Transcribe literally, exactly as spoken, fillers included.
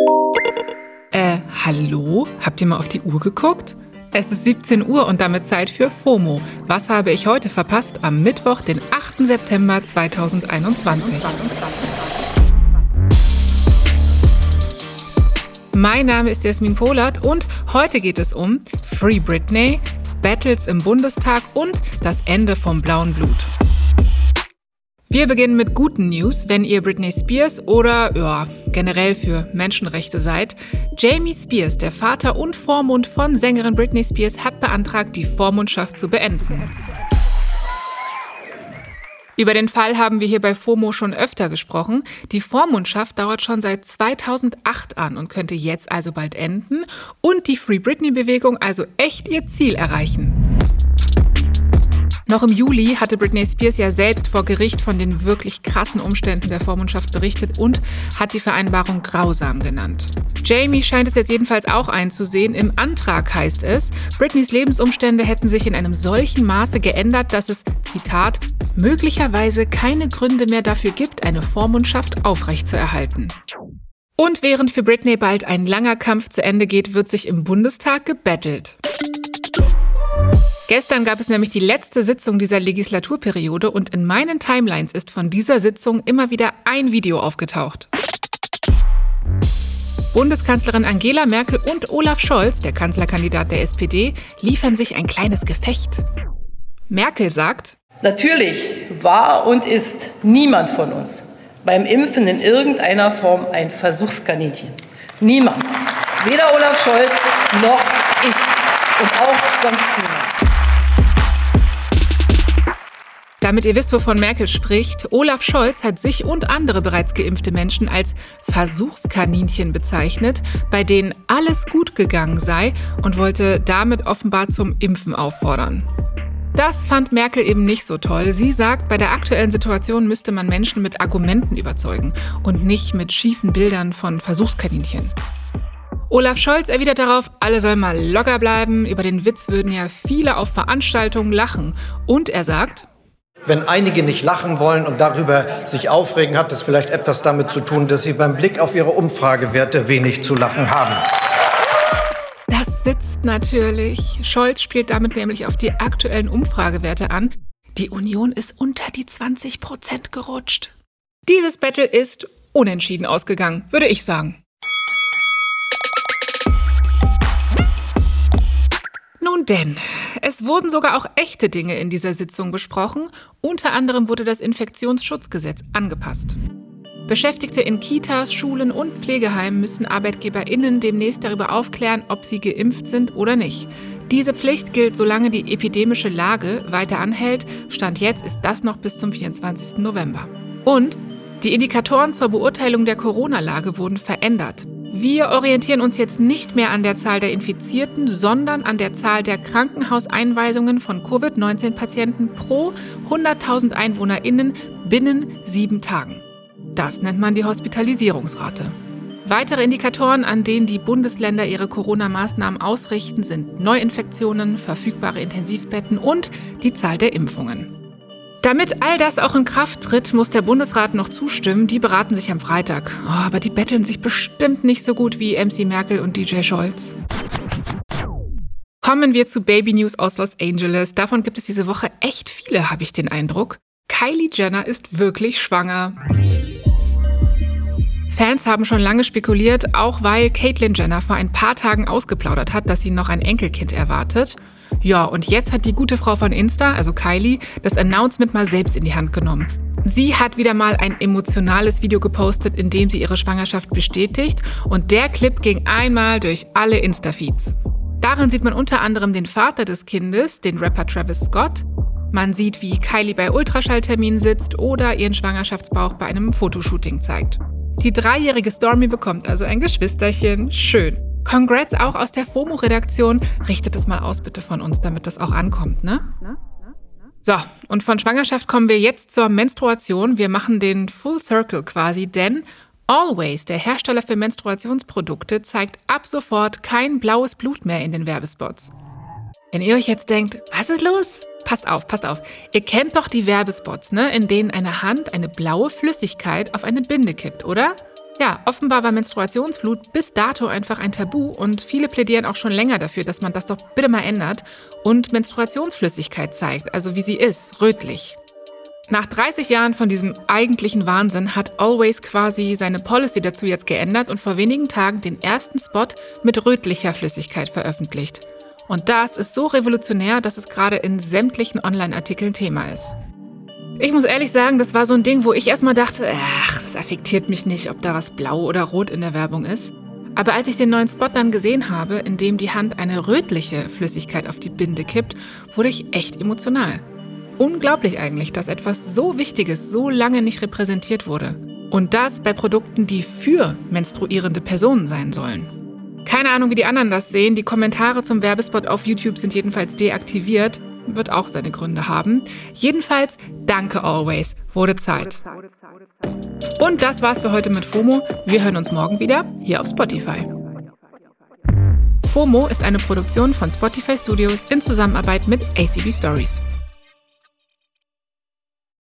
Äh, hallo? Habt ihr mal auf die Uhr geguckt? Es ist siebzehn Uhr und damit Zeit für FOMO. Was habe ich heute verpasst am Mittwoch, den achten September zweitausendeinundzwanzig? Mein Name ist Jasmin Pohlert und heute geht es um Free Britney, Battles im Bundestag und das Ende vom blauen Blut. Wir beginnen mit guten News, wenn ihr Britney Spears oder ja, generell für Menschenrechte seid. Jamie Spears, der Vater und Vormund von Sängerin Britney Spears, hat beantragt, die Vormundschaft zu beenden. Über den Fall haben wir hier bei FOMO schon öfter gesprochen. Die Vormundschaft dauert schon seit zweitausendacht an und könnte jetzt also bald enden und die Free Britney-Bewegung also echt ihr Ziel erreichen. Noch im Juli hatte Britney Spears ja selbst vor Gericht von den wirklich krassen Umständen der Vormundschaft berichtet und hat die Vereinbarung grausam genannt. Jamie scheint es jetzt jedenfalls auch einzusehen. Im Antrag heißt es, Britneys Lebensumstände hätten sich in einem solchen Maße geändert, dass es, Zitat, möglicherweise keine Gründe mehr dafür gibt, eine Vormundschaft aufrechtzuerhalten. Und während für Britney bald ein langer Kampf zu Ende geht, wird sich im Bundestag gebettelt. Gestern gab es nämlich die letzte Sitzung dieser Legislaturperiode und in meinen Timelines ist von dieser Sitzung immer wieder ein Video aufgetaucht. Bundeskanzlerin Angela Merkel und Olaf Scholz, der Kanzlerkandidat der S P D, liefern sich ein kleines Gefecht. Merkel sagt: Natürlich war und ist niemand von uns beim Impfen in irgendeiner Form ein Versuchskaninchen. Niemand. Weder Olaf Scholz noch ich und auch sonst niemand. Damit ihr wisst, wovon Merkel spricht, Olaf Scholz hat sich und andere bereits geimpfte Menschen als Versuchskaninchen bezeichnet, bei denen alles gut gegangen sei und wollte damit offenbar zum Impfen auffordern. Das fand Merkel eben nicht so toll. Sie sagt, bei der aktuellen Situation müsste man Menschen mit Argumenten überzeugen und nicht mit schiefen Bildern von Versuchskaninchen. Olaf Scholz erwidert darauf, alle sollen mal locker bleiben, über den Witz würden ja viele auf Veranstaltungen lachen. Und er sagt: Wenn einige nicht lachen wollen und darüber sich aufregen, hat das vielleicht etwas damit zu tun, dass sie beim Blick auf ihre Umfragewerte wenig zu lachen haben. Das sitzt natürlich. Scholz spielt damit nämlich auf die aktuellen Umfragewerte an. Die Union ist unter die zwanzig Prozent gerutscht. Dieses Battle ist unentschieden ausgegangen, würde ich sagen. Nun denn, es wurden sogar auch echte Dinge in dieser Sitzung besprochen. Unter anderem wurde das Infektionsschutzgesetz angepasst. Beschäftigte in Kitas, Schulen und Pflegeheimen müssen ArbeitgeberInnen demnächst darüber aufklären, ob sie geimpft sind oder nicht. Diese Pflicht gilt, solange die epidemische Lage weiter anhält. Stand jetzt ist das noch bis zum vierundzwanzigsten November. Und die Indikatoren zur Beurteilung der Corona-Lage wurden verändert. Wir orientieren uns jetzt nicht mehr an der Zahl der Infizierten, sondern an der Zahl der Krankenhauseinweisungen von Covid neunzehn Patienten pro hunderttausend EinwohnerInnen binnen sieben Tagen. Das nennt man die Hospitalisierungsrate. Weitere Indikatoren, an denen die Bundesländer ihre Corona-Maßnahmen ausrichten, sind Neuinfektionen, verfügbare Intensivbetten und die Zahl der Impfungen. Damit all das auch in Kraft tritt, muss der Bundesrat noch zustimmen. Die beraten sich am Freitag. Oh, aber die betteln sich bestimmt nicht so gut wie M C Merkel und D J Scholz. Kommen wir zu Baby News aus Los Angeles. Davon gibt es diese Woche echt viele, habe ich den Eindruck. Kylie Jenner ist wirklich schwanger. Fans haben schon lange spekuliert, auch weil Caitlyn Jenner vor ein paar Tagen ausgeplaudert hat, dass sie noch ein Enkelkind erwartet. Ja, und jetzt hat die gute Frau von Insta, also Kylie, das Announcement mal selbst in die Hand genommen. Sie hat wieder mal ein emotionales Video gepostet, in dem sie ihre Schwangerschaft bestätigt. Und der Clip ging einmal durch alle Insta-Feeds. Darin sieht man unter anderem den Vater des Kindes, den Rapper Travis Scott. Man sieht, wie Kylie bei Ultraschallterminen sitzt oder ihren Schwangerschaftsbauch bei einem Fotoshooting zeigt. Die dreijährige Stormi bekommt also ein Geschwisterchen. Schön. Congrats auch aus der FOMO-Redaktion. Richtet es mal aus bitte von uns, damit das auch ankommt, ne? So, und von Schwangerschaft kommen wir jetzt zur Menstruation. Wir machen den Full Circle quasi, denn Always, der Hersteller für Menstruationsprodukte, zeigt ab sofort kein blaues Blut mehr in den Werbespots. Wenn ihr euch jetzt denkt, was ist los? Passt auf, passt auf. Ihr kennt doch die Werbespots, ne, in denen eine Hand eine blaue Flüssigkeit auf eine Binde kippt, oder? Ja, offenbar war Menstruationsblut bis dato einfach ein Tabu und viele plädieren auch schon länger dafür, dass man das doch bitte mal ändert und Menstruationsflüssigkeit zeigt, also wie sie ist, rötlich. Nach dreißig Jahren von diesem eigentlichen Wahnsinn hat Always quasi seine Policy dazu jetzt geändert und vor wenigen Tagen den ersten Spot mit rötlicher Flüssigkeit veröffentlicht. Und das ist so revolutionär, dass es gerade in sämtlichen Online-Artikeln Thema ist. Ich muss ehrlich sagen, das war so ein Ding, wo ich erstmal dachte, ach, das affektiert mich nicht, ob da was blau oder rot in der Werbung ist. Aber als ich den neuen Spot dann gesehen habe, in dem die Hand eine rötliche Flüssigkeit auf die Binde kippt, wurde ich echt emotional. Unglaublich eigentlich, dass etwas so Wichtiges so lange nicht repräsentiert wurde. Und das bei Produkten, die für menstruierende Personen sein sollen. Keine Ahnung, wie die anderen das sehen. Die Kommentare zum Werbespot auf YouTube sind jedenfalls deaktiviert. Wird auch seine Gründe haben. Jedenfalls, danke Always, wurde Zeit. Und das war's für heute mit FOMO. Wir hören uns morgen wieder hier auf Spotify. FOMO ist eine Produktion von Spotify Studios in Zusammenarbeit mit A C B Stories.